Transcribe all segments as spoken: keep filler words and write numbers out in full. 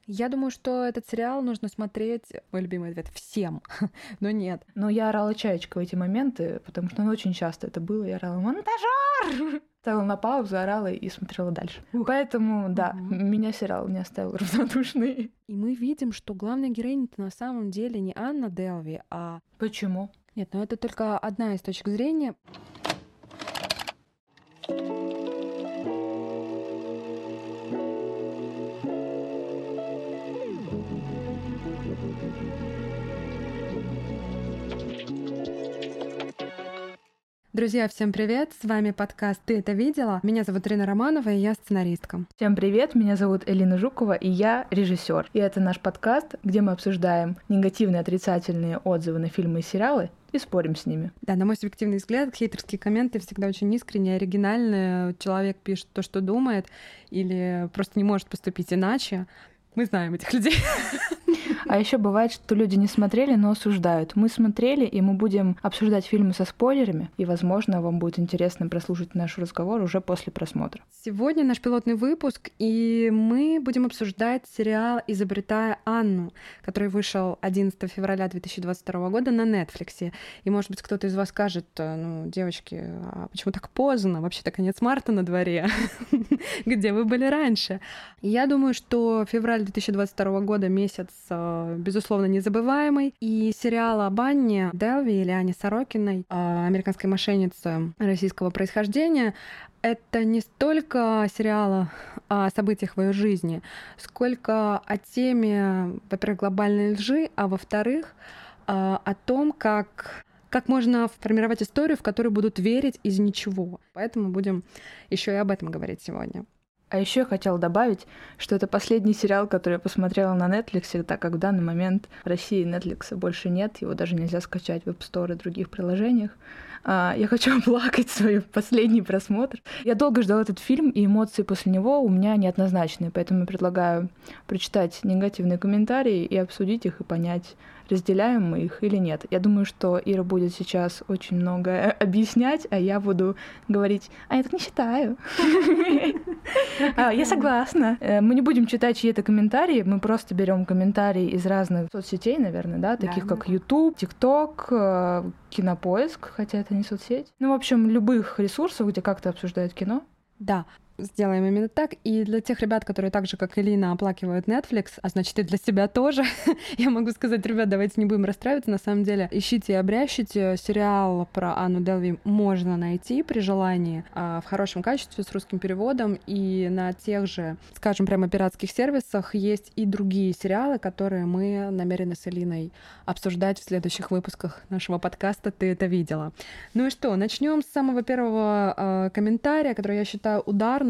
Я думаю, что этот сериал нужно смотреть, мой любимый ответ, всем, но нет. Но я орала чаечка в эти моменты, потому что ну, очень часто это было. Я орала «Монтажёр!» Ставила на паузу, орала и смотрела дальше. Ух. Поэтому, да, угу. Меня сериал не оставил равнодушной. И мы видим, что главная героиня-то на самом деле не Анна Делви, а... Почему? Нет, ну это только одна из точек зрения. Друзья, всем привет! С вами подкаст «Ты это видела?». Меня зовут Ирина Романова, и я сценаристка. Всем привет! Меня зовут Элина Жукова, и я режиссер. И это наш подкаст, где мы обсуждаем негативные, отрицательные отзывы на фильмы и сериалы и спорим с ними. Да, на мой субъективный взгляд, хейтерские комменты всегда очень искренние, оригинальные. Человек пишет то, что думает, или просто не может поступить иначе. Мы знаем этих людей. А еще бывает, что люди не смотрели, но осуждают. Мы смотрели, и мы будем обсуждать фильмы со спойлерами, и, возможно, вам будет интересно прослушать наш разговор уже после просмотра. Сегодня наш пилотный выпуск, и мы будем обсуждать сериал «Изобретая Анну», который вышел одиннадцатого февраля две тысячи двадцать второго года на Netflix. И, может быть, кто-то из вас скажет: ну, девочки, а почему так поздно? Вообще-то конец марта на дворе. Где вы были раньше? Я думаю, что февраль две тысячи двадцать второго года месяц, безусловно, незабываемый. И сериал об Анне Делви или Анне Сорокиной, американской мошеннице российского происхождения, это не столько сериал о событиях в ее жизни, сколько о теме, во-первых, глобальной лжи, а во-вторых, о том, как... как можно формировать историю, в которую будут верить из ничего. Поэтому будем еще и об этом говорить сегодня. А еще я хотела добавить, что это последний сериал, который я посмотрела на Netflix, так как в данный момент в России Netflix больше нет, его даже нельзя скачать в App Store и других приложениях. Я хочу оплакать свой последний просмотр. Я долго ждала этот фильм, и эмоции после него у меня неоднозначные, поэтому я предлагаю прочитать негативные комментарии и обсудить их и понять, разделяем мы их или нет. Я думаю, что Ира будет сейчас очень много объяснять, а я буду говорить: а я так не считаю. Я согласна. Мы не будем читать чьи-то комментарии, мы просто берем комментарии из разных соцсетей, наверное, да, таких как YouTube, TikTok, Кинопоиск, хотя это не соцсеть. Ну, в общем, любых ресурсов, где как-то обсуждают кино. Да. Сделаем именно так. И для тех ребят, которые так же, как Элина, оплакивают Netflix, а значит, и для себя тоже, я могу сказать: ребят, давайте не будем расстраиваться. На самом деле, ищите и обрящите. Сериал про Анну Делви можно найти при желании в хорошем качестве, с русским переводом. И на тех же, скажем, прямо пиратских сервисах есть и другие сериалы, которые мы намерены с Элиной обсуждать в следующих выпусках нашего подкаста «Ты это видела?». Ну и что, начнем с самого первого э, комментария, который я считаю ударным,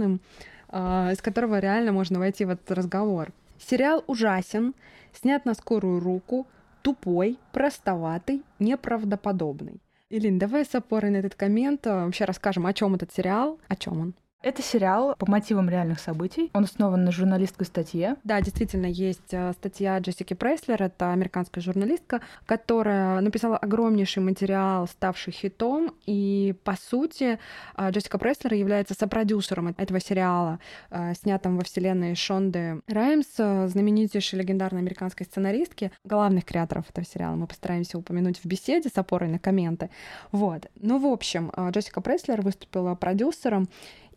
из которого реально можно войти в этот разговор. Сериал ужасен, снят на скорую руку, тупой, простоватый, неправдоподобный. Илин, давай с опорой на этот коммент вообще расскажем, о чем этот сериал, о чем он. Это сериал по мотивам реальных событий. Он основан на журналистской статье. Да, действительно, есть статья Джессики Преслер, это американская журналистка, которая написала огромнейший материал, ставший хитом. И, по сути, Джессика Преслер является сопродюсером этого сериала, снятым во вселенной Шонды Раймс, знаменитейшей легендарной американской сценаристки, главных креаторов этого сериала. Мы постараемся упомянуть в беседе с опорой на комменты. Вот. Ну, в общем, Джессика Преслер выступила продюсером,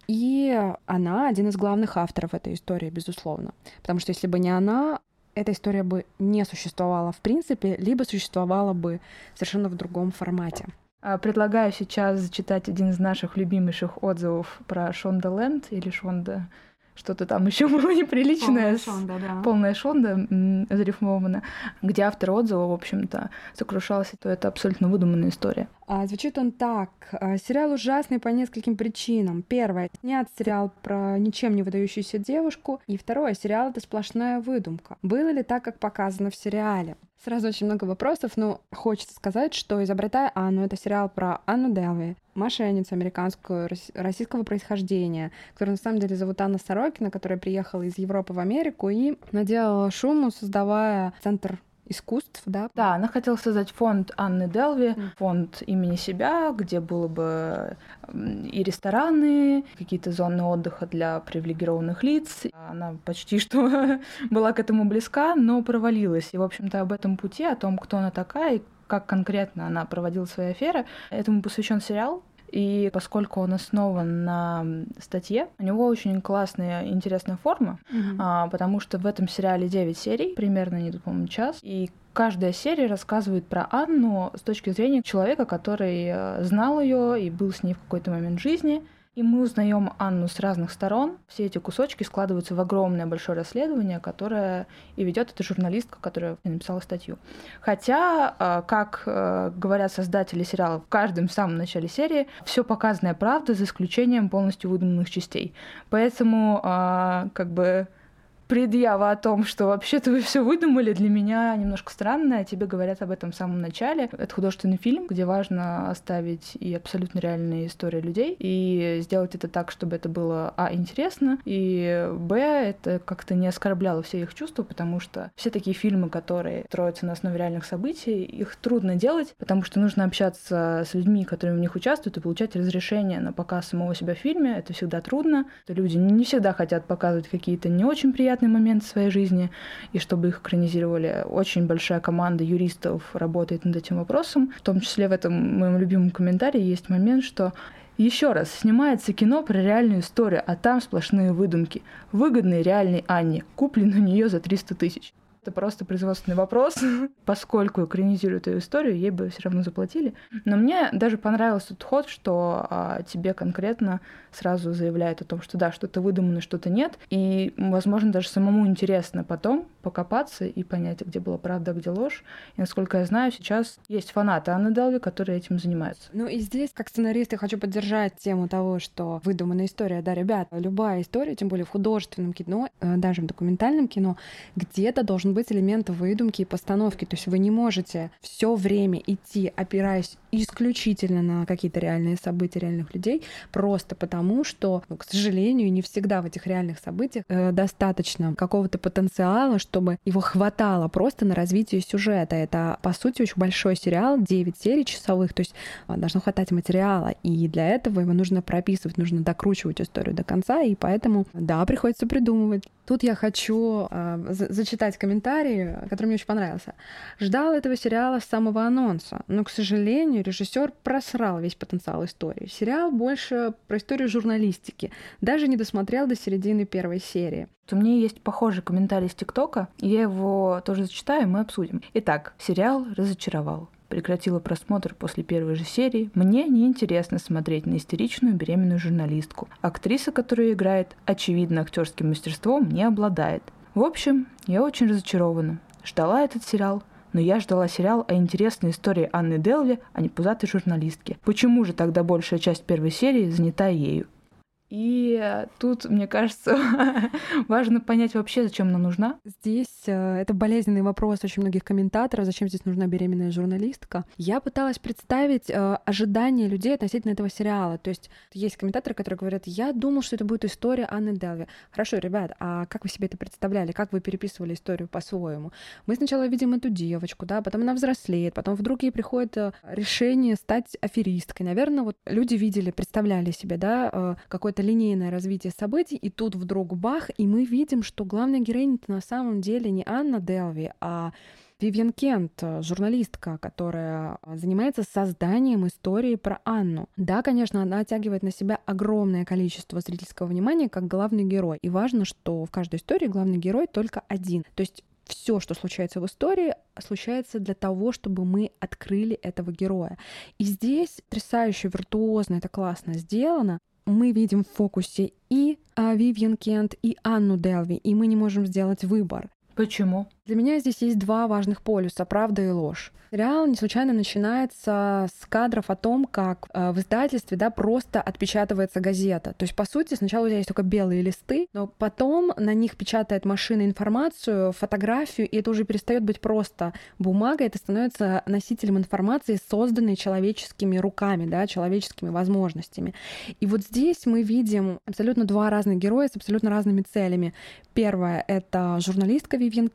и она один из главных авторов этой истории, безусловно. Потому что если бы не она, эта история бы не существовала в принципе, либо существовала бы совершенно в другом формате. Предлагаю сейчас зачитать один из наших любимейших отзывов про Шонда Ленд или Шонда... Что-то там еще было неприличное. Полная шонда, да. Полная шонда, м- зарифмована, где автор отзыва, в общем-то, сокрушался, то это абсолютно выдуманная история. А, звучит он так. Сериал ужасный по нескольким причинам. Первое. Снят сериал про ничем не выдающуюся девушку. И второе. Сериал — это сплошная выдумка. Было ли так, как показано в сериале? Сразу очень много вопросов, но хочется сказать, что «Изобретая Анну» — это сериал про Анну Делви, мошенницу американскую, российского происхождения, которую на самом деле зовут Анна Сорокина, которая приехала из Европы в Америку и наделала шуму, создавая центр искусств, да? Да, она хотела создать фонд Анны Делви, mm. фонд имени себя, где было бы и рестораны, какие-то зоны отдыха для привилегированных лиц. Она почти что была к этому близка, но провалилась. И, в общем-то, об этом пути, о том, кто она такая и как конкретно она проводила свои аферы, этому посвящен сериал. И поскольку он основан на статье, у него очень классная и интересная форма, mm-hmm. а, потому что в этом сериале девять серий, примерно, не помню, час, и каждая серия рассказывает про Анну с точки зрения человека, который знал ее и был с ней в какой-то момент жизни. И мы узнаем Анну с разных сторон. Все эти кусочки складываются в огромное большое расследование, которое и ведет эта журналистка, которая написала статью. Хотя, как говорят создатели сериала в каждом самом начале серии, все показанная правда, за исключением полностью выдуманных частей. Поэтому, как бы, предъява о том, что вообще-то вы все выдумали, для меня немножко странная. Тебе говорят об этом в самом начале. Это художественный фильм, где важно оставить и абсолютно реальные истории людей, и сделать это так, чтобы это было, а, интересно, и, б, это как-то не оскорбляло все их чувства, потому что все такие фильмы, которые строятся на основе реальных событий, их трудно делать, потому что нужно общаться с людьми, которые в них участвуют, и получать разрешение на показ самого себя в фильме. Это всегда трудно. Люди не всегда хотят показывать какие-то не очень приятные момент в своей жизни, и чтобы их экранизировали. Очень большая команда юристов работает над этим вопросом. В том числе в этом моем любимом комментарии есть момент, что еще раз, снимается кино про реальную историю, а там сплошные выдумки. Выгодные реальной Анне, купленные у нее за триста тысяч. Это просто производственный вопрос. Поскольку экранизируют ее историю, ей бы все равно заплатили. Но мне даже понравился тот ход, что а, тебе конкретно сразу заявляют о том, что да, что-то выдумано, что-то нет. И, возможно, даже самому интересно потом покопаться и понять, где была правда, а где ложь. И, насколько я знаю, сейчас есть фанаты Анны Делви, которые этим занимаются. Ну и здесь, как сценарист, я хочу поддержать тему того, что выдуманная история. Да, ребят, любая история, тем более в художественном кино, даже в документальном кино, где-то должен быть элемент выдумки и постановки. То есть вы не можете все время идти, опираясь исключительно на какие-то реальные события реальных людей, просто потому, что, ну, к сожалению, не всегда в этих реальных событиях э, достаточно какого-то потенциала, чтобы его хватало просто на развитие сюжета. Это, по сути, очень большой сериал, девять серий часовых, то есть э, должно хватать материала, и для этого его нужно прописывать, нужно докручивать историю до конца, и поэтому, да, приходится придумывать. Тут я хочу э, за- зачитать комментарий, который мне очень понравился. Ждал этого сериала с самого анонса, но, к сожалению, режиссер просрал весь потенциал истории. Сериал больше про историю журналистики. Даже не досмотрел до середины первой серии. У меня есть похожий комментарий с ТикТока. Я его тоже зачитаю, и мы обсудим. Итак, сериал разочаровал. Прекратила просмотр после первой же серии. Мне неинтересно смотреть на истеричную беременную журналистку. Актриса, которая играет, очевидно, актерским мастерством не обладает. В общем, я очень разочарована. Ждала этот сериал, но я ждала сериал о интересной истории Анны Делви, а не пузатой журналистки. Почему же тогда большая часть первой серии занята ею? И тут, мне кажется, важно понять вообще, зачем она нужна. Здесь э, это болезненный вопрос очень многих комментаторов, зачем здесь нужна беременная журналистка. Я пыталась представить э, ожидания людей относительно этого сериала. То есть есть комментаторы, которые говорят, я думал, что это будет история Анны Делви. Хорошо, ребят, а как вы себе это представляли? Как вы переписывали историю по-своему? Мы сначала видим эту девочку, да, потом она взрослеет, потом вдруг ей приходит э, решение стать аферисткой. Наверное, вот люди видели, представляли себе, да, э, какой-то линейное развитие событий, и тут вдруг бах, и мы видим, что главная героиня-то на самом деле не Анна Делви, а Вивьен Кент, журналистка, которая занимается созданием истории про Анну. Да, конечно, она оттягивает на себя огромное количество зрительского внимания как главный герой. И важно, что в каждой истории главный герой только один. То есть все, что случается в истории, случается для того, чтобы мы открыли этого героя. И здесь потрясающе виртуозно, это классно сделано. Мы видим в фокусе и Вивьен Кент, и Анну Делви, и мы не можем сделать выбор. Почему? Для меня здесь есть два важных полюса — правда и ложь. Сериал не случайно начинается с кадров о том, как э, в издательстве, да, просто отпечатывается газета. То есть, по сути, сначала у тебя есть только белые листы, но потом на них печатает машина информацию, фотографию, и это уже перестает быть просто бумага, это становится носителем информации, созданной человеческими руками, да, человеческими возможностями. И вот здесь мы видим абсолютно два разных героя с абсолютно разными целями. Первое — это журналистка Вивьен Кент,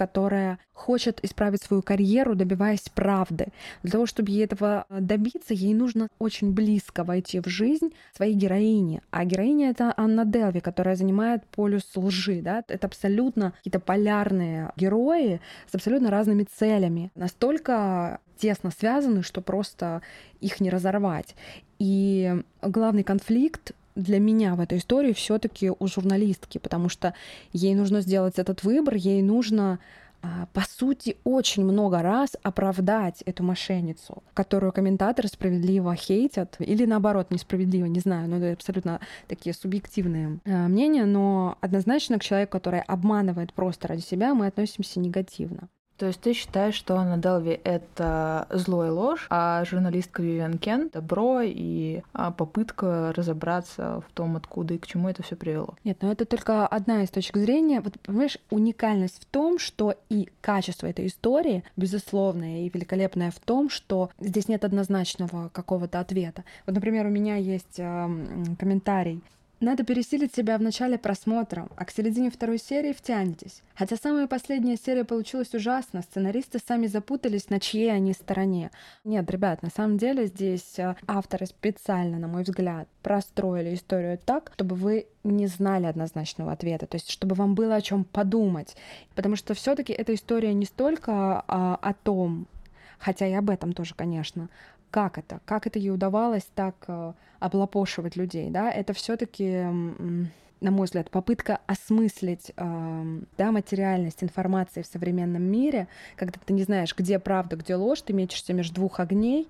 которая хочет исправить свою карьеру, добиваясь правды. Для того, чтобы ей этого добиться, ей нужно очень близко войти в жизнь своей героини. А героиня — это Анна Делви, которая занимает полюс лжи. Да? Это абсолютно какие-то полярные герои с абсолютно разными целями. Настолько тесно связаны, что просто их не разорвать. И главный конфликт для меня в этой истории все-таки у журналистки, потому что ей нужно сделать этот выбор, ей нужно, по сути, очень много раз оправдать эту мошенницу, которую комментаторы справедливо хейтят, или наоборот, несправедливо, не знаю, но это абсолютно такие субъективные мнения, но однозначно к человеку, который обманывает просто ради себя, мы относимся негативно. То есть ты считаешь, что Анна Делви — это зло и ложь, а журналистка Вивиан Кент — добро и попытка разобраться в том, откуда и к чему это все привело? Нет, но это только одна из точек зрения. Вот, понимаешь, уникальность в том, что и качество этой истории, безусловное и великолепное в том, что здесь нет однозначного какого-то ответа. Вот, например, у меня есть э, комментарий. Надо пересилить себя в начале просмотра, а к середине второй серии втянетесь. Хотя самая последняя серия получилась ужасно, сценаристы сами запутались, на чьей они стороне. Нет, ребят, на самом деле здесь авторы специально, на мой взгляд, простроили историю так, чтобы вы не знали однозначного ответа, то есть чтобы вам было о чем подумать. Потому что все-таки эта история не столько а, о том, хотя и об этом тоже, конечно, как это, как это ей удавалось так э, облапошивать людей, да, это все-таки, м, на мой взгляд, попытка осмыслить э, да, материальность информации в современном мире, когда ты не знаешь, где правда, где ложь, ты мечешься между двух огней,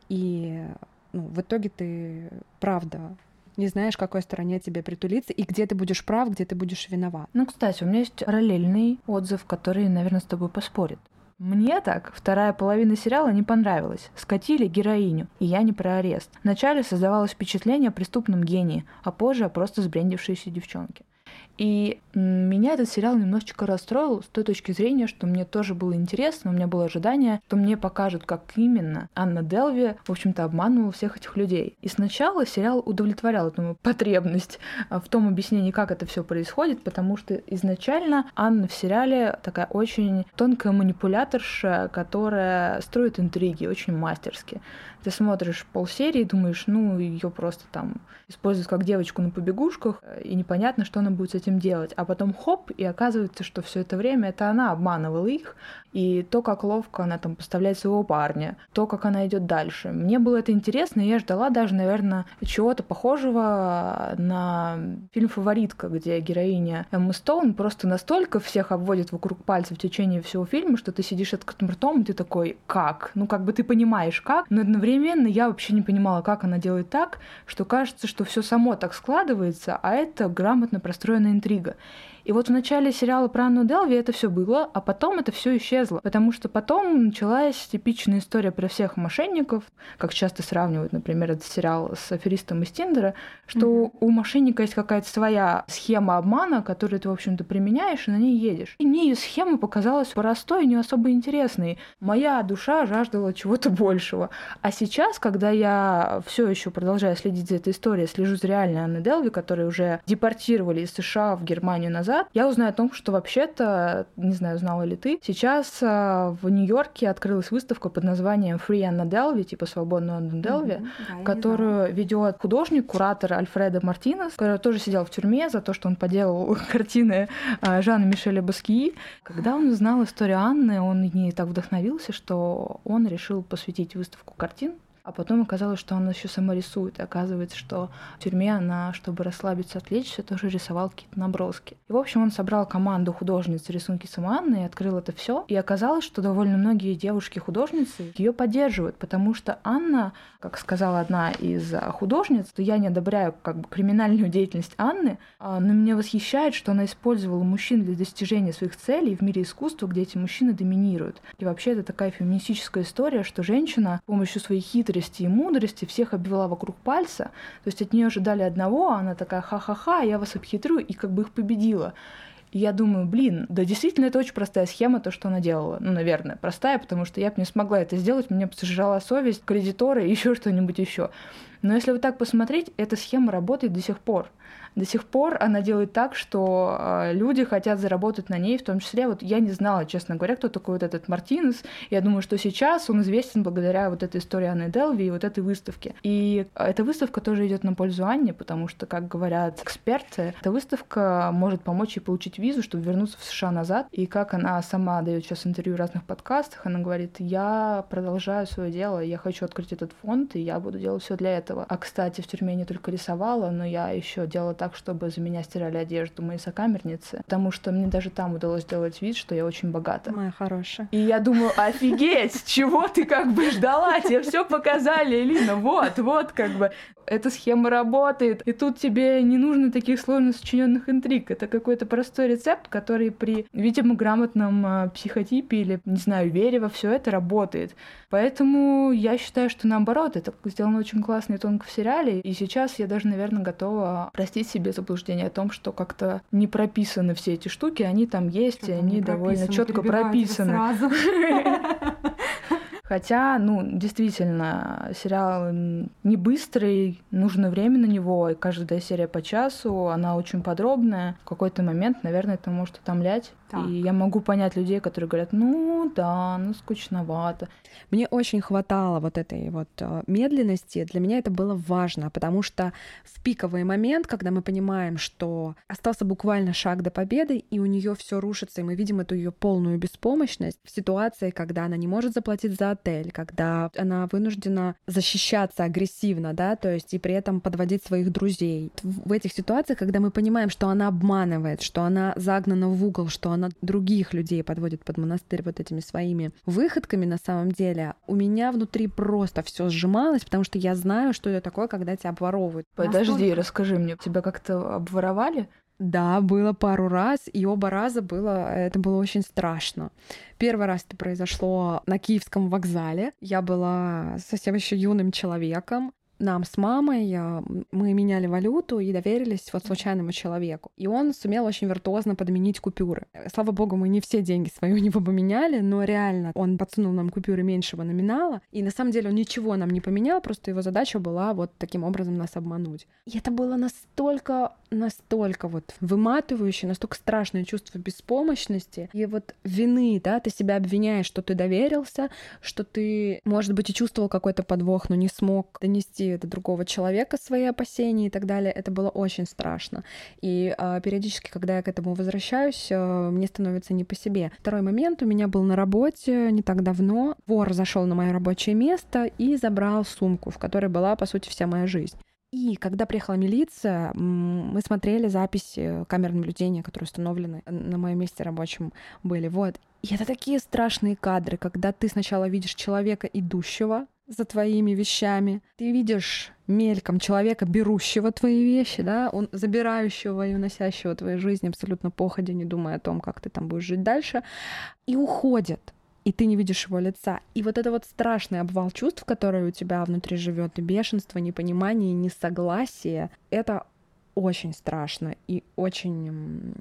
и ну, в итоге ты, правда, не знаешь, к какой стороне тебе притулиться, и где ты будешь прав, где ты будешь виноват. Ну, кстати, у меня есть параллельный отзыв, который, наверное, с тобой поспорит. Мне так вторая половина сериала не понравилась. Скатили героиню, и я не про арест. Вначале создавалось впечатление о преступном гении, а позже о просто сбрендившейся девчонке. И меня этот сериал немножечко расстроил с той точки зрения, что мне тоже было интересно, у меня было ожидание, что мне покажут, как именно Анна Делви, в общем-то, обманывала всех этих людей. И сначала сериал удовлетворял эту мою потребность в том объяснении, как это все происходит, потому что изначально Анна в сериале такая очень тонкая манипуляторша, которая строит интриги очень мастерски. Ты смотришь полсерии и думаешь, ну, ее просто там используют как девочку на побегушках, и непонятно, что она будет с этим делать. А потом хоп, и оказывается, что все это время это она обманывала их, и то, как ловко она там поставляет своего парня, то, как она идет дальше. Мне было это интересно, и я ждала даже, наверное, чего-то похожего на фильм «Фаворитка», где героиня Эмма Стоун просто настолько всех обводит вокруг пальца в течение всего фильма, что ты сидишь открытым ртом, и ты такой, как? Ну, как бы ты понимаешь, как, но одновременно я вообще не понимала, как она делает так, что кажется, что все само так складывается, а это грамотно простроенная интрига. И вот в начале сериала про Анну Делви это все было, а потом это все исчезло. Потому что потом началась типичная история про всех мошенников, как часто сравнивают, например, этот сериал с аферистом из Тиндера, что mm-hmm. у мошенника есть какая-то своя схема обмана, которую ты, в общем-то, применяешь и на ней едешь. И мне ее схема показалась простой и не особо интересной. Моя душа жаждала чего-то большего. А сейчас, когда я все еще продолжаю следить за этой историей, слежу за реальной Анной Делви, которую уже депортировали из США в Германию назад, я узнаю о том, что вообще-то, не знаю, знала ли ты, сейчас в Нью-Йорке открылась выставка под названием Free Anna Delvey, типа «Свободная Анна Делви», mm-hmm. да, которую ведет художник, куратор Альфредо Мартинес, который тоже сидел в тюрьме за то, что он поделал картины Жана Мишеля Баскии. Когда он узнал историю Анны, он не так вдохновился, что он решил посвятить выставку картин. А потом оказалось, что она еще сама рисует. И оказывается, что в тюрьме она, чтобы расслабиться, отвлечься, тоже рисовала какие-то наброски. И, в общем, он собрал команду художниц рисунки самой Анны и открыл это все. И оказалось, что довольно многие девушки-художницы ее поддерживают, потому что Анна, как сказала одна из художниц, что я не одобряю как бы криминальную деятельность Анны, но меня восхищает, что она использовала мужчин для достижения своих целей в мире искусства, где эти мужчины доминируют. И вообще это такая феминистическая история, что женщина с помощью своей хитрости и мудрости всех обвела вокруг пальца, то есть от нее ожидали одного, а она такая ха-ха-ха, я вас обхитрю, и как бы их победила. И я думаю, блин, да действительно это очень простая схема, то, что она делала. Ну, наверное, простая, потому что я бы не смогла это сделать, меня бы сожрала совесть, кредиторы и еще что-нибудь еще. Но если вот так посмотреть, эта схема работает до сих пор. до сих пор она делает так, что э, люди хотят заработать на ней, в том числе, вот я не знала, честно говоря, кто такой вот этот Мартинес. Я думаю, что сейчас он известен благодаря вот этой истории Анны Делви и вот этой выставке. И эта выставка тоже идет на пользу Анне, потому что, как говорят эксперты, эта выставка может помочь ей получить визу, чтобы вернуться в США назад. И как она сама дает сейчас интервью в разных подкастах, она говорит: я продолжаю свое дело, я хочу открыть этот фонд, и я буду делать все для этого. А, кстати, в тюрьме не только рисовала, но я еще делала так, чтобы за меня стирали одежду мои сокамерницы, потому что мне даже там удалось сделать вид, что я очень богата. Моя хорошая. И я думаю, офигеть, чего ты как бы ждала? Тебе все показали, Элина, вот, вот как бы. Эта схема работает, и тут тебе не нужно таких сложно сочиненных интриг. Это какой-то простой рецепт, который при, видимо, грамотном э, психотипе или, не знаю, вере во все это работает. Поэтому я считаю, что наоборот, это сделано очень классно и тонко в сериале, и сейчас я даже, наверное, готова простить себе заблуждение о том, что как-то не прописаны все эти штуки, они там есть, и они довольно четко прописаны. Хотя, ну, действительно, сериал не быстрый, нужно время на него, и каждая серия по часу, она очень подробная. В какой-то момент, наверное, это может утомлять. Так. И я могу понять людей, которые говорят: ну да, ну скучновато. Мне очень хватало вот этой вот медленности. Для меня это было важно, потому что в пиковый момент, когда мы понимаем, что остался буквально шаг до победы, и у нее все рушится, и мы видим эту ее полную беспомощность в ситуации, когда она не может заплатить за отель, когда она вынуждена защищаться агрессивно, да, то есть и при этом подводить своих друзей. В этих ситуациях, когда мы понимаем, что она обманывает, что она загнана в угол, что она других людей подводит под монастырь вот этими своими выходками, на самом деле, у меня внутри просто все сжималось, потому что я знаю, что это такое, когда тебя обворовывают. Подожди, Настолько... расскажи мне, тебя как-то обворовали? Да, было пару раз, и оба раза было, это было очень страшно. Первый раз это произошло на Киевском вокзале. Я была совсем еще юным человеком. Нам с мамой мы меняли валюту и доверились вот случайному человеку. И он сумел очень виртуозно подменить купюры. Слава богу, мы не все деньги свои у него поменяли, но реально он подсунул нам купюры меньшего номинала. И на самом деле он ничего нам не поменял, просто его задача была вот таким образом нас обмануть. И это было настолько, настолько вот выматывающее, настолько страшное чувство беспомощности и вот вины, да, ты себя обвиняешь, что ты доверился, что ты, может быть, и чувствовал какой-то подвох, но не смог донести до другого человека свои опасения и так далее. Это было очень страшно. И э, периодически, когда я к этому возвращаюсь, э, мне становится не по себе. Второй момент. У меня был на работе не так давно. Вор зашел на мое рабочее место и забрал сумку, в которой была, по сути, вся моя жизнь. И когда приехала милиция, мы смотрели записи камер наблюдения, которые установлены на моем месте рабочем были. Вот. И это такие страшные кадры, когда ты сначала видишь человека, идущего за твоими вещами. Ты видишь мельком человека, берущего твои вещи, да, он забирающего и уносящего твою жизнь абсолютно походя, не думая о том, как ты там будешь жить дальше, и уходит. И ты не видишь его лица. И вот это вот страшный обвал чувств, который у тебя внутри живет, и бешенство, непонимание, несогласие, это очень страшно и очень...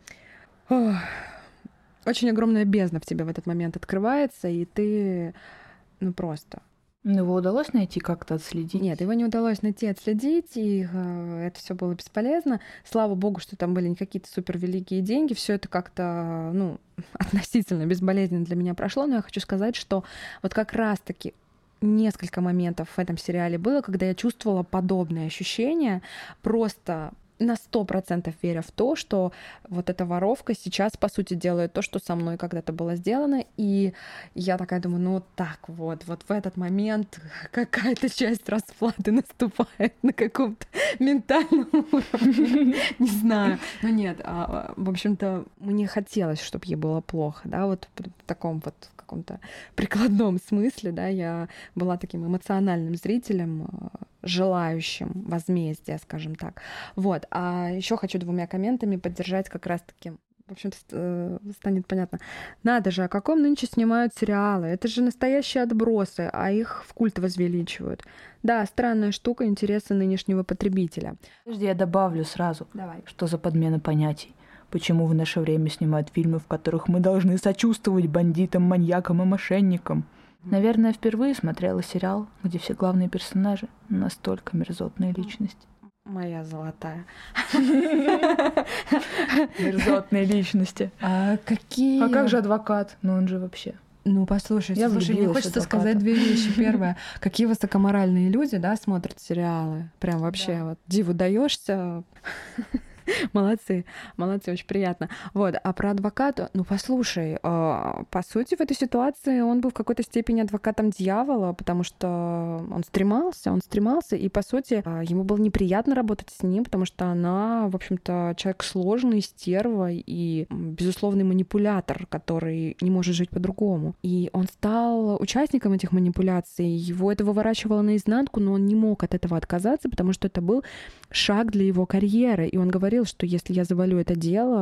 Ох, очень огромная бездна в тебе в этот момент открывается, и ты, ну просто... Его удалось найти, как-то отследить? Нет, его не удалось найти, отследить, и э, это все было бесполезно. Слава богу, что там были не какие-то супервеликие деньги, все это как-то, ну, относительно безболезненно для меня прошло, но я хочу сказать, что вот как раз-таки несколько моментов в этом сериале было, когда я чувствовала подобные ощущения, просто на сто процентов веря в то, что вот эта воровка сейчас, по сути, делает то, что со мной когда-то было сделано, и я такая думаю, ну так вот, вот в этот момент какая-то часть расплаты наступает на каком-то ментальном уровне, не знаю, но нет, в общем-то, мне хотелось, чтобы ей было плохо, да, вот в таком вот каком-то прикладном смысле, да, я была таким эмоциональным зрителем, желающим возмездия, скажем так. Вот. А еще хочу двумя комментами поддержать как раз-таки, в общем-то, станет понятно. Надо же, о каком нынче снимают сериалы? Это же настоящие отбросы, а их в культ возвеличивают. Да, странная штука интереса нынешнего потребителя. Подожди, я добавлю сразу. Давай. Что за подмена понятий? Почему в наше время снимают фильмы, в которых мы должны сочувствовать бандитам, маньякам и мошенникам? Наверное, впервые смотрела сериал, где все главные персонажи настолько мерзотные личности. Моя золотая. Мерзотные личности. А какие... А как же адвокат? Ну он же вообще... Ну, послушайте, Я слушай, мне хочется сказать две вещи. Первое, какие высокоморальные люди, да, смотрят сериалы. Прям вообще Да. вот диву даешься. Молодцы, молодцы, очень приятно. Вот, а про адвоката, ну, послушай, э, по сути, в этой ситуации он был в какой-то степени адвокатом дьявола, потому что он стремался, он стремался, и, по сути, э, ему было неприятно работать с ним, потому что она, в общем-то, человек сложный, стерва и безусловный манипулятор, который не может жить по-другому. И он стал участником этих манипуляций, его это выворачивало наизнанку, но он не мог от этого отказаться, потому что это был шаг для его карьеры, и он говорил, что если я завалю это дело,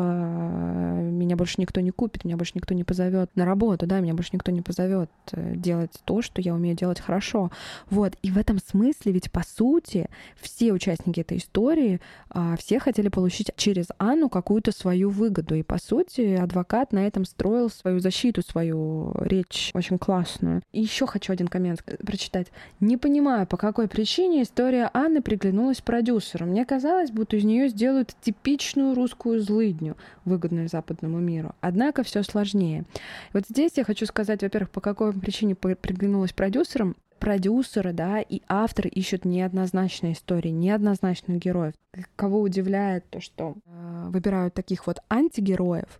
меня больше никто не купит, меня больше никто не позовет на работу, да, меня больше никто не позовет делать то, что я умею делать хорошо. Вот. И в этом смысле ведь, по сути, все участники этой истории, все хотели получить через Анну какую-то свою выгоду. И, по сути, адвокат на этом строил свою защиту, свою речь очень классную. И еще хочу один коммент прочитать. Не понимаю, по какой причине история Анны приглянулась продюсеру. Мне казалось, будто из нее сделают типичную русскую злыдню, выгодную западному миру. Однако все сложнее. Вот здесь я хочу сказать, во-первых, по какой причине приглянулась продюсерам. Продюсеры, да, и авторы ищут неоднозначные истории, неоднозначных героев. Кого удивляет то, что э, выбирают таких вот антигероев,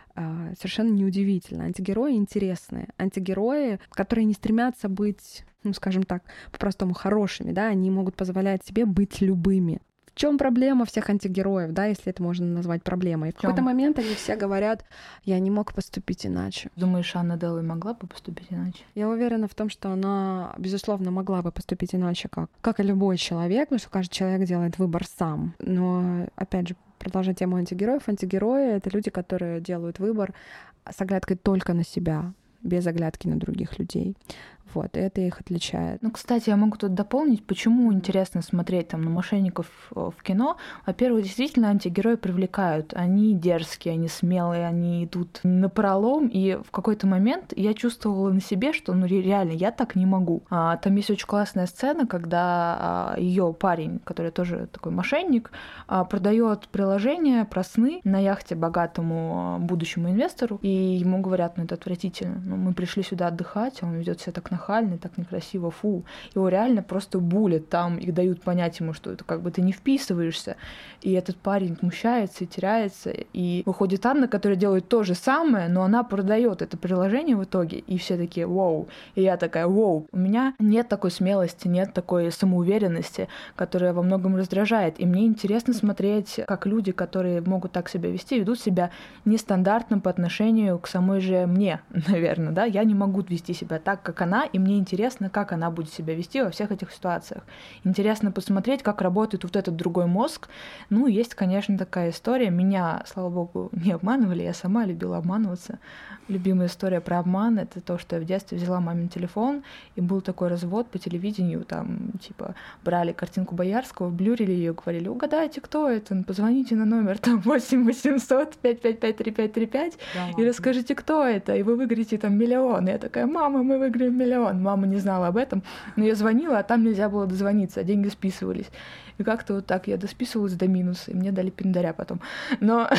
э, совершенно неудивительно. Антигерои интересные. Антигерои, которые не стремятся быть, ну, скажем так, по-простому хорошими, да, они могут позволять себе быть любыми. В чем проблема всех антигероев, да, если это можно назвать проблемой? В какой-то момент они все говорят, я не мог поступить иначе. Думаешь, Анна Делой могла бы поступить иначе? Я уверена в том, что она, безусловно, могла бы поступить иначе, как, как и любой человек, потому что каждый человек делает выбор сам. Но, опять же, продолжая тему антигероев, антигерои — это люди, которые делают выбор с оглядкой только на себя, без оглядки на других людей. Вот, и это их отличает. Ну, кстати, я могу тут дополнить, почему интересно смотреть там на мошенников в кино. Во-первых, действительно, антигерои привлекают. Они дерзкие, они смелые, они идут напролом, и в какой-то момент я чувствовала на себе, что ну реально, я так не могу. А, там есть очень классная сцена, когда а, ее парень, который тоже такой мошенник, а, продает приложение про сны на яхте богатому а, будущему инвестору, и ему говорят, ну это отвратительно, ну, мы пришли сюда отдыхать, а он ведет себя так нахально, так некрасиво, фу. Его реально просто булят там и дают понять ему, что это как бы ты не вписываешься. И этот парень смущается и теряется. И выходит Анна, которая делает то же самое, но она продает это приложение в итоге. И все такие «Воу». И я такая «Воу». У меня нет такой смелости, нет такой самоуверенности, которая во многом раздражает. И мне интересно смотреть, как люди, которые могут так себя вести, ведут себя нестандартно по отношению к самой же мне, наверное, да. Я не могу вести себя так, как она, и мне интересно, как она будет себя вести во всех этих ситуациях. Интересно посмотреть, как работает вот этот другой мозг. Ну, есть, конечно, такая история. Меня, слава богу, не обманывали, я сама любила обманываться. Любимая история про обман — это то, что я в детстве взяла мамин телефон, и был такой развод по телевидению, там, типа, брали картинку Боярского, блюрили ее, говорили, угадайте, кто это, позвоните на номер там восемь восемьсот пять пять пять три пять три пять да, и расскажите, кто это, и вы выиграете там миллион. И я такая, мама, мы выиграем миллион. Мама не знала об этом, но я звонила, а там нельзя было дозвониться, а деньги списывались. И как-то вот так я досписывалась до минуса, и мне дали пиндаря потом. Но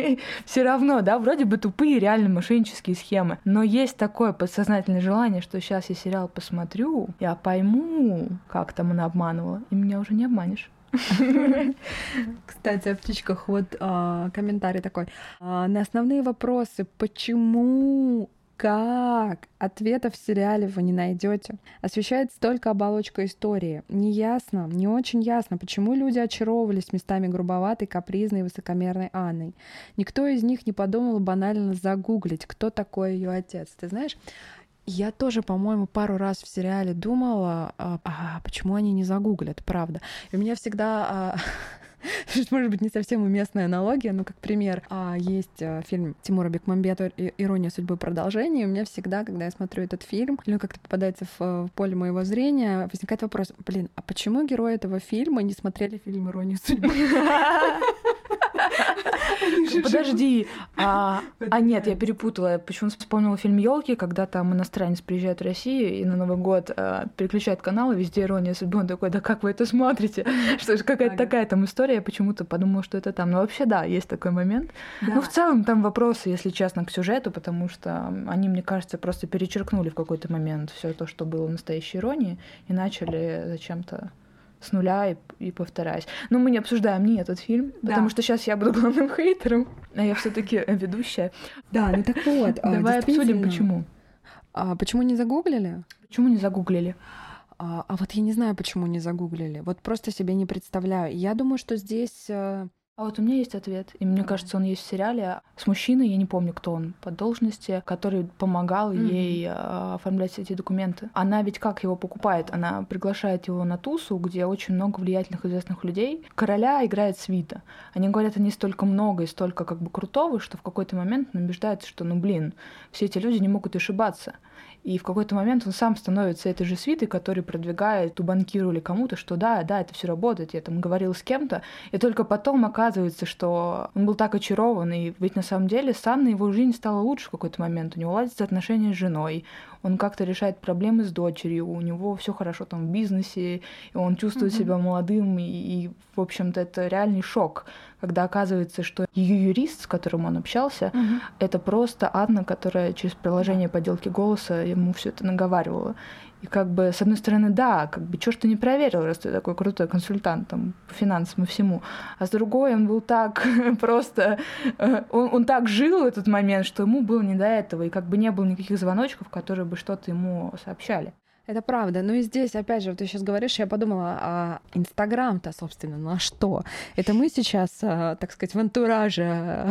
все равно, да, вроде бы тупые реально мошеннические схемы. Но есть такое подсознательное желание, что сейчас я сериал посмотрю, я пойму, как там она обманывала, и меня уже не обманешь. Кстати, о птичках вот а, комментарий такой. А, на основные вопросы, почему, как, ответов в сериале вы не найдете. Освещается только оболочка истории. Не ясно, не очень ясно, почему люди очаровывались местами грубоватой, капризной, высокомерной Анной. Никто из них не подумал банально загуглить, кто такой ее отец. Ты знаешь, я тоже, по-моему, пару раз в сериале думала, а, а почему они не загуглят, правда. И у меня всегда... А, может быть, не совсем уместная аналогия, но как пример, а, есть а, фильм Тимура Бекмамбетова «Ирония судьбы. Продолжение». И у меня всегда, когда я смотрю этот фильм, или он как-то попадается в, в поле моего зрения, возникает вопрос, блин, а почему герои этого фильма не смотрели фильм «Ирония судьбы»? Подожди. А, а нет, я перепутала. Почему вспомнила фильм «Елки», когда там иностранец приезжает в Россию и на Новый год а, переключает канал, и везде ирония судьбы. Он такой: да как вы это смотрите? Что же какая-то ага. такая там история. Я почему-то подумала, что это там. Но вообще, да, есть такой момент. Да. Ну, в целом, там вопросы, если честно, к сюжету, потому что они, мне кажется, просто перечеркнули в какой-то момент все то, что было настоящей иронией, и начали зачем-то с нуля и, и повторяюсь. Но мы не обсуждаем не этот фильм, да. потому что сейчас я буду главным хейтером, а я все-таки ведущая. Да, ну так вот. Давай обсудим, почему. А, почему не загуглили? Почему не загуглили? А, а вот я не знаю, почему не загуглили. Вот просто себе не представляю. Я думаю, что здесь... А вот у меня есть ответ, и мне кажется, он есть в сериале, с мужчиной, я не помню, кто он по должности, который помогал mm-hmm. ей э, оформлять эти документы. Она ведь как его покупает? Она приглашает его на тусу, где очень много влиятельных известных людей. Короля играет свита. Они говорят, они столько много и столько как бы крутого, что в какой-то момент он убеждается, что, ну блин, все эти люди не могут ошибаться. И в какой-то момент он сам становится этой же свитой, который продвигает у банкиру или кому-то, что да, да, это все работает, я там говорил с кем-то. И только потом оказывается, что он был так очарован, и ведь на самом деле с Анной его жизнь стала лучше в какой-то момент. У него ладятся отношения с женой, он как-то решает проблемы с дочерью, у него все хорошо там в бизнесе, и он чувствует mm-hmm. себя молодым, и, и, в общем-то, это реальный шок, когда оказывается, что ее юрист, с которым он общался, mm-hmm. это просто Анна, которая через приложение подделки голоса ему все это наговаривала. И как бы, с одной стороны, да, как бы, чё ж ты не проверил, раз ты такой крутой консультант там, по финансам и всему. А с другой, он был так просто... Он, он так жил в этот момент, что ему было не до этого, и как бы не было никаких звоночков, которые бы что-то ему сообщали. Это правда. Ну и здесь, опять же, вот ты сейчас говоришь, я подумала, а Инстаграм-то, собственно, на что? Это мы сейчас, так сказать, в антураже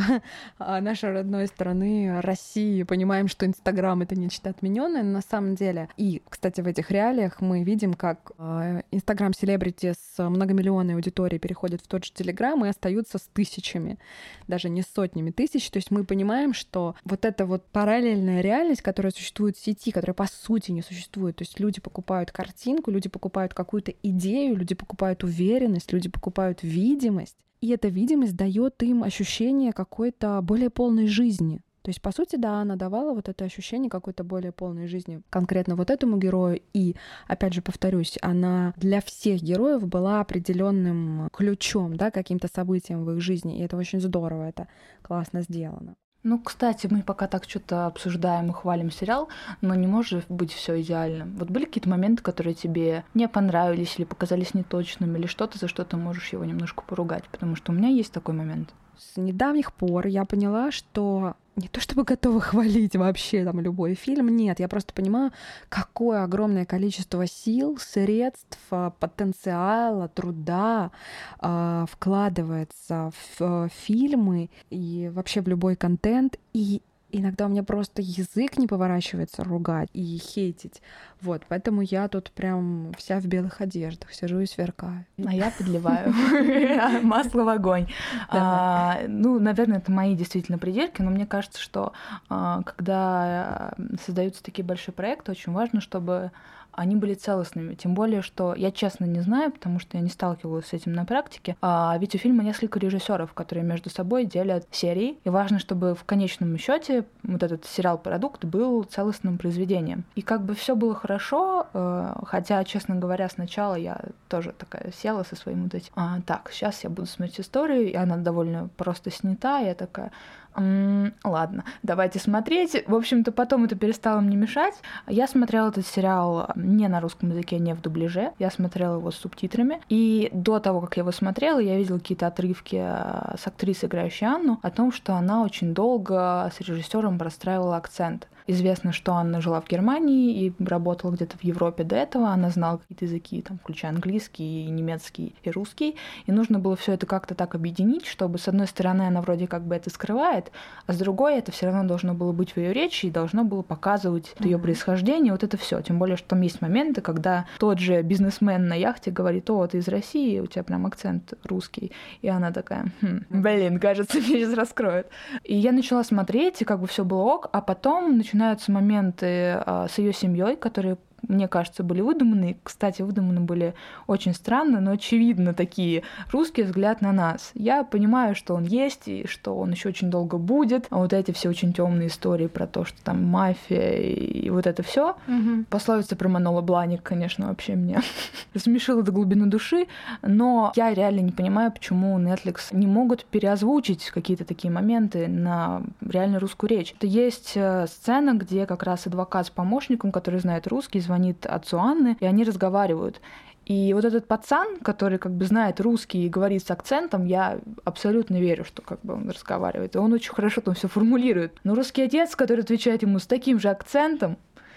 нашей родной страны, России, понимаем, что Инстаграм — это нечто отменённое, но на самом деле. И, кстати, в этих реалиях мы видим, как Инстаграм-селебрити с многомиллионной аудиторией переходят в тот же Телеграм и остаются с тысячами, даже не сотнями тысяч. То есть мы понимаем, что вот эта вот параллельная реальность, которая существует в сети, которая по сути не существует, то есть люди Люди покупают картинку, люди покупают какую-то идею, люди покупают уверенность, люди покупают видимость. И эта видимость дает им ощущение какой-то более полной жизни. То есть, по сути, да, она давала вот это ощущение какой-то более полной жизни конкретно вот этому герою. И, опять же, повторюсь, она для всех героев была определенным ключом, да, каким-то событием в их жизни. И это очень здорово, это классно сделано. Ну, кстати, мы пока так что-то обсуждаем и хвалим сериал, но не может быть все идеально. Вот были какие-то моменты, которые тебе не понравились или показались неточными, или что-то, за что ты можешь его немножко поругать? Потому что у меня есть такой момент. С недавних пор я поняла, что не то чтобы готова хвалить вообще там любой фильм, нет, я просто понимаю, какое огромное количество сил, средств, потенциала, труда э, вкладывается в э, фильмы и вообще в любой контент, и иногда у меня просто язык не поворачивается ругать и хейтить. Вот, поэтому я тут прям вся в белых одеждах сижу и сверкаю. А я подливаю масло в огонь. Ну, наверное, это мои действительно придирки, но мне кажется, что когда создаются такие большие проекты, очень важно, чтобы они были целостными. Тем более, что я честно не знаю, потому что я не сталкивалась с этим на практике. А ведь у фильма несколько режиссеров, которые между собой делят серии. И важно, чтобы в конечном счете вот этот сериал-продукт был целостным произведением. И как бы все было хорошо, хотя, честно говоря, сначала я тоже такая села со своим вот этим. А, так, сейчас я буду смотреть историю, и она довольно просто снята. И я такая... М-м, ладно, давайте смотреть. В общем-то, потом это перестало мне мешать. Я смотрела этот сериал не на русском языке, не в дубляже. Я смотрела его с субтитрами. И до того, как я его смотрела, я видела какие-то отрывки с актрисой, играющей Анну, о том, что она очень долго с режиссером простраивала акцент. Известно, что Анна жила в Германии и работала где-то в Европе до этого. Она знала какие-то языки, там, включая английский, и немецкий и русский. И нужно было все это как-то так объединить, чтобы, с одной стороны, она вроде как бы это скрывает, а с другой, это все равно должно было быть в ее речи и должно было показывать mm-hmm. ее происхождение. Вот это все. Тем более, что там есть моменты, когда тот же бизнесмен на яхте говорит: о, ты из России, у тебя прям акцент русский. И она такая: хм, блин, кажется, меня сейчас раскроют. И я начала смотреть, и как бы все было ок, а потом начинаются моменты а, с ее семьей, которые мне кажется, были выдуманы. Кстати, выдуманы были очень странно, но очевидно такие русский взгляд на нас. Я понимаю, что он есть и что он еще очень долго будет. А вот эти все очень темные истории про то, что там мафия и вот это все. Мгм. Пословица про Манола Бланик, конечно, вообще меня смешила до глубины души, но я реально не понимаю, почему Netflix не могут переозвучить какие-то такие моменты на реально русскую речь. Это есть э, сцена, где как раз адвокат с помощником, который знает русский, звонит отцу Анны, и они разговаривают. И вот этот пацан, который как бы знает русский и говорит с акцентом, я абсолютно верю, что как бы он разговаривает. И он очень хорошо там все формулирует. Но русский отец, который отвечает ему с таким же акцентом,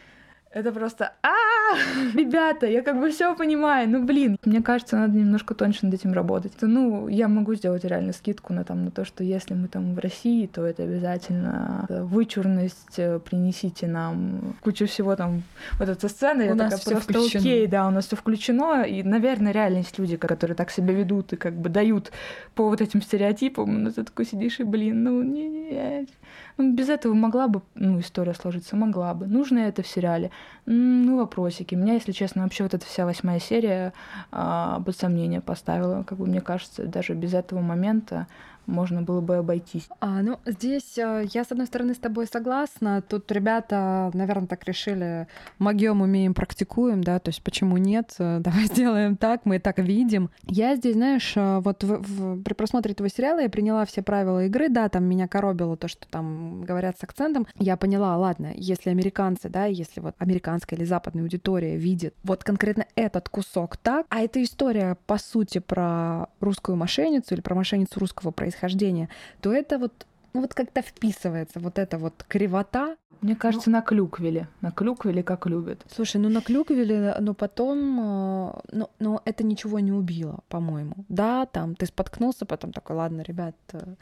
это просто а ребята, я как бы все понимаю, ну блин, мне кажется, надо немножко тоньше над этим работать. Ну, я могу сделать реально скидку на, там, на то, что если мы там в России, то это обязательно вычурность, принесите нам кучу всего там, вот эта сцена, я У нас такая всё просто включено. окей, да, у нас все включено, и, наверное, реально есть люди, которые так себя ведут и как бы дают по вот этим стереотипам, но ты такой сидишь и, блин, ну, не, не, ну, без этого могла бы, ну, история сложиться, могла бы. Нужно это в сериале? Ну, вопросики. Меня, если честно, вообще вот эта вся восьмая серия а, под сомнение поставила. Как бы, мне кажется, даже без этого момента можно было бы обойтись. А, ну, здесь э, я, с одной стороны, с тобой согласна. Тут ребята, наверное, так решили, могём, умеем, практикуем, да, то есть почему нет, Э, давай сделаем так, мы и так видим. Я здесь, знаешь, э, вот в- в- при просмотре этого сериала я приняла все правила игры, да, там меня коробило то, что там говорят с акцентом. Я поняла, ладно, если американцы, да, если вот американская или западная аудитория видит вот конкретно этот кусок так, а эта история, по сути, про русскую мошенницу или про мошенницу русского происхождения, то это вот, ну, вот как-то вписывается, вот эта вот кривота. Мне кажется, на клюквеле. На клюквеле как любят. Слушай, ну на клюквеле, но потом, э, ну, но это ничего не убило, по-моему. Да, там ты споткнулся, потом такой, ладно, ребят, э,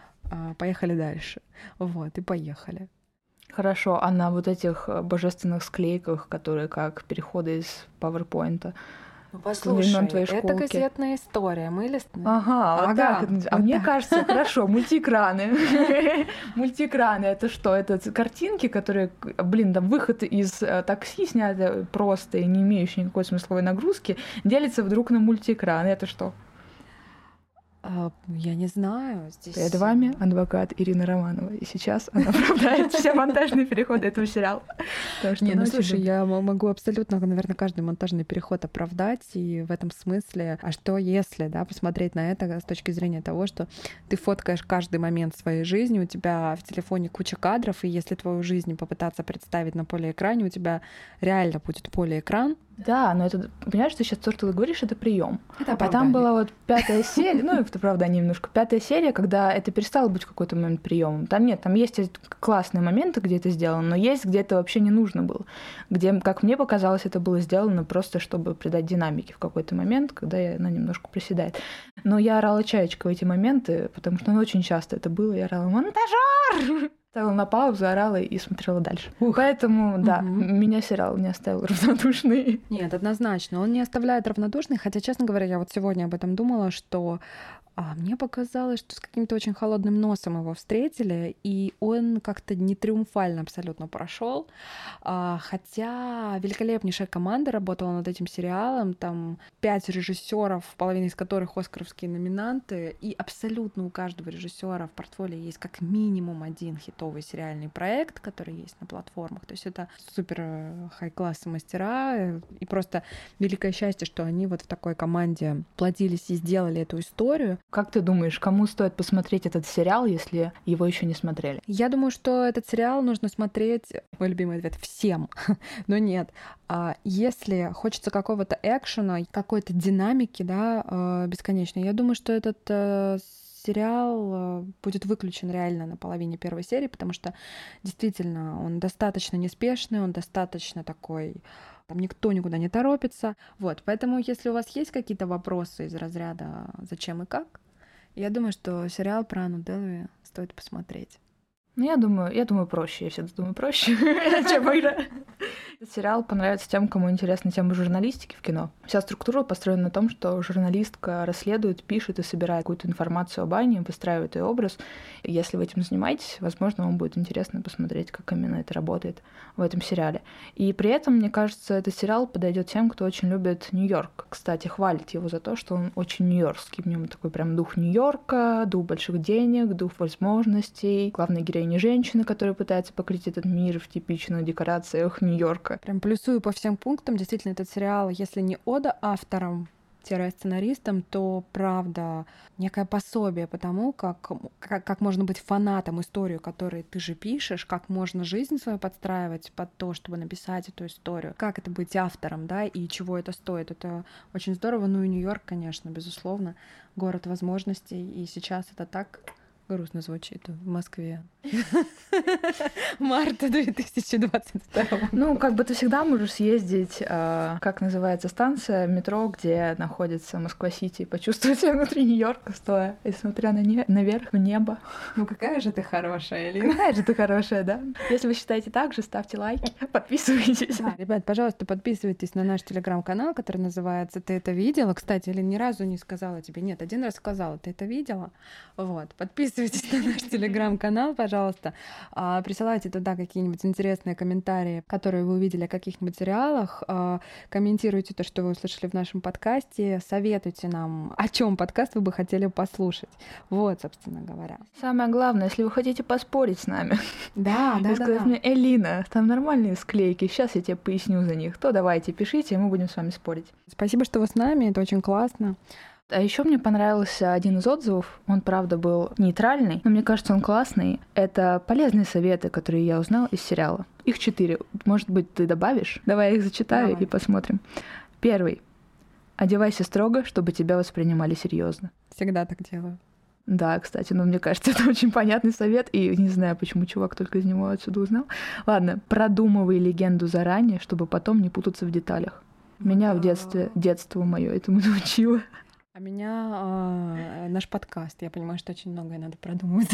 а, поехали дальше. Вот, и поехали. Хорошо, а на вот этих э, божественных склейках, которые как переходы из PowerPoint. Ну, времен твоей это школки. газетная история, мы листаем. Ага, вот Ага, так. это называется. А вот мне так. кажется, хорошо, мультиэкраны. Мультиэкраны — это что? Это картинки, которые, блин, там выход из э, такси сняты просто и не имеющие никакой смысловой нагрузки, делятся вдруг на мультиэкраны. Это что? А, я не знаю. Здесь... Перед вами адвокат Ирина Романова. И сейчас она оправдает все монтажные переходы этого сериала. Потому что Не, ну она слушай, себе- я м- могу абсолютно, наверное, каждый монтажный переход оправдать, и в этом смысле, а что если, да, посмотреть на это с точки зрения того, что ты фоткаешь каждый момент своей жизни, у тебя в телефоне куча кадров, и если твою жизнь попытаться представить на полеэкране, у тебя реально будет полеэкран. Да, но это, понимаешь, ты сейчас то, что ты говоришь, это прием. Это А там оправдание. была вот пятая серия, ну, это оправдание немножко, пятая серия, когда это перестало быть в какой-то момент приемом. Там нет, там есть классные моменты, где это сделано, но есть, где это вообще не нужно было. Где, как мне показалось, это было сделано просто, чтобы придать динамики в какой-то момент, когда она немножко приседает. Но я орала чаечка в эти моменты, потому что ну, очень часто это было, я орала «Монтажёр!» Ставила на паузу, орала и смотрела дальше. Поэтому, да, Мгм. меня сериал не оставил равнодушной. Нет, однозначно. Он не оставляет равнодушных, хотя, честно говоря, я вот сегодня об этом думала, что а, мне показалось, что с каким-то очень холодным носом его встретили, и он как-то не триумфально абсолютно прошел. А, хотя великолепнейшая команда работала над этим сериалом, там пять режиссеров, половина из которых оскаровские номинанты, и абсолютно у каждого режиссера в портфолио есть как минимум один хитовый сериальный проект, который есть на платформах. То есть это супер хай-класс мастера, э, и просто великое счастье, что они вот в такой команде плодились и сделали эту историю. Как ты думаешь, кому стоит посмотреть этот сериал, если его еще не смотрели? Я думаю, что этот сериал нужно смотреть, мой любимый ответ, всем, но нет. А Если хочется какого-то экшена, какой-то динамики, да, э, бесконечной, я думаю, что этот э, сериал э, будет выключен реально на половине первой серии, потому что действительно он достаточно неспешный, он достаточно такой, там никто никуда не торопится. Вот, поэтому если у вас есть какие-то вопросы из разряда «зачем и как?», я думаю, что сериал про Анну Дэлви стоит посмотреть. Ну, я думаю, я думаю проще, я всегда думаю проще, чем игра. Этот сериал понравится тем, кому интересна тема журналистики в кино. Вся структура построена на том, что журналистка расследует, пишет и собирает какую-то информацию об Анне, выстраивает ее образ. И если вы этим занимаетесь, возможно, вам будет интересно посмотреть, как именно это работает в этом сериале. И при этом, мне кажется, этот сериал подойдет тем, кто очень любит Нью-Йорк. Кстати, хвалит его за то, что он очень нью-йоркский. В нем такой прям дух Нью-Йорка, дух больших денег, дух возможностей. Главная героиня женщина, которая пытается покрыть этот мир в типичных декорациях Нью-Йорка. Прям плюсую по всем пунктам. Действительно, этот сериал, если не ода авторам, сценаристам, то, правда, некое пособие по тому, как, как, как можно быть фанатом истории, которую ты же пишешь, как можно жизнь свою подстраивать под то, чтобы написать эту историю, как это быть автором, да, и чего это стоит. Это очень здорово. Ну и Нью-Йорк, конечно, безусловно, город возможностей, и сейчас это так грустно звучит в Москве. Марта две тысячи двадцать второго. Ну, как бы ты всегда можешь съездить, э, как называется станция метро, где находится Москва-Сити, и почувствовать себя внутри Нью-Йорка, стоя и смотря на не- наверх, в небо. Ну, какая же ты хорошая, Элина. Какая же ты хорошая, да? Если вы считаете так же, ставьте лайки, подписывайтесь. Да, ребят, пожалуйста, подписывайтесь на наш телеграм-канал, который называется «Ты это видела?». Кстати, Элина ни разу не сказала тебе. Нет, один раз сказала: «Ты это видела?». Вот, подписывайтесь на наш телеграм-канал, пожалуйста. А, присылайте туда какие-нибудь интересные комментарии, которые вы увидели о каких-нибудь сериалах. А, комментируйте то, что вы услышали в нашем подкасте. Советуйте нам, о чем подкаст вы бы хотели послушать. Вот, собственно говоря. Самое главное, если вы хотите поспорить с нами, да, да, и да, сказать да. мне: Элина, там нормальные склейки, сейчас я тебе поясню за них, то давайте, пишите, и мы будем с вами спорить. Спасибо, что вы с нами, это очень классно. А еще мне понравился один из отзывов. Он, правда, был нейтральный, но мне кажется, он классный. Это полезные советы, которые я узнала из сериала. Их четыре. Может быть, ты добавишь? Давай я их зачитаю Давай. и посмотрим. Первый. Одевайся строго, чтобы тебя воспринимали серьезно. Всегда так делаю. Да, кстати, ну мне кажется, это очень понятный совет, и не знаю, почему чувак только из него отсюда узнал. Ладно, продумывай легенду заранее, чтобы потом не путаться в деталях. Меня в детстве, детство мое этому научило. А меня а, наш подкаст. Я понимаю, что очень многое надо продумывать.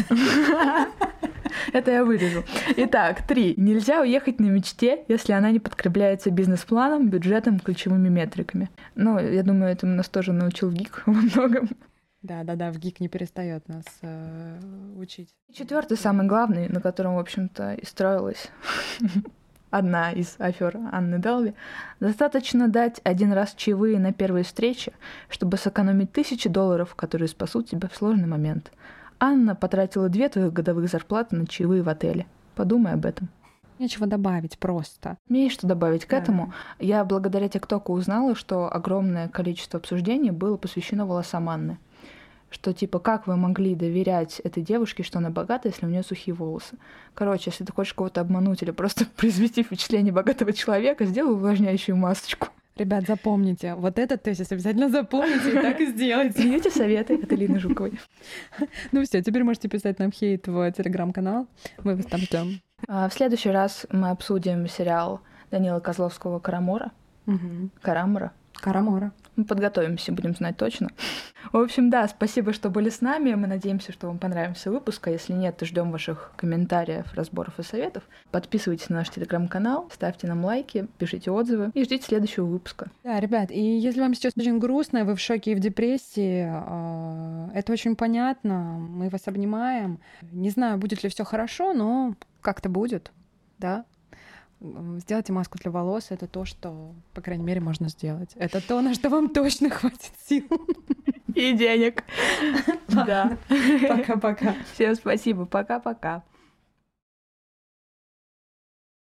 Это я вырежу. Итак, три. Нельзя уехать на мечте, если она не подкрепляется бизнес-планом, бюджетом, ключевыми метриками. Ну, я думаю, этому нас тоже научил ГИК во многом. Да, да, да, в ГИК не перестает нас э, учить. Четвертый, самый главный, на котором, в общем-то, и строилась одна из афер Анны Далви. Достаточно дать один раз чаевые на первой встрече, чтобы сэкономить тысячи долларов, которые спасут тебя в сложный момент. Анна потратила две твоих годовых зарплаты на чаевые в отеле. Подумай об этом. Нечего добавить просто. Мне есть что добавить к Да. этому. Я благодаря ТикТоку узнала, что огромное количество обсуждений было посвящено волосам Анны. Что типа, как вы могли доверять этой девушке, что она богата, если у нее сухие волосы? Короче, если ты хочешь кого-то обмануть или просто произвести впечатление богатого человека, сделай увлажняющую масочку. Ребят, запомните, вот этот тезис обязательно запомните и так и сделайте. Цените советы от Элины Жуковой. Ну все, теперь можете писать нам хейт в телеграм-канал. Мы вас там ждем. А в следующий раз мы обсудим сериал Данила Козловского «Карамора». Угу. «Карамора». Карамора. Мы подготовимся, будем знать точно. В общем, да, спасибо, что были с нами. Мы надеемся, что вам понравился выпуск. А если нет, то ждем ваших комментариев, разборов и советов. Подписывайтесь на наш телеграм-канал, ставьте нам лайки, пишите отзывы и ждите следующего выпуска. Да, ребят, и если вам сейчас очень грустно, вы в шоке и в депрессии, э, это очень понятно. Мы вас обнимаем. Не знаю, будет ли все хорошо, но как-то будет, да. Сделайте маску для волос — это то, что, по крайней мере, можно сделать. Это то, на что вам точно хватит сил. И денег. Да. Пока-пока. Всем спасибо. Пока-пока.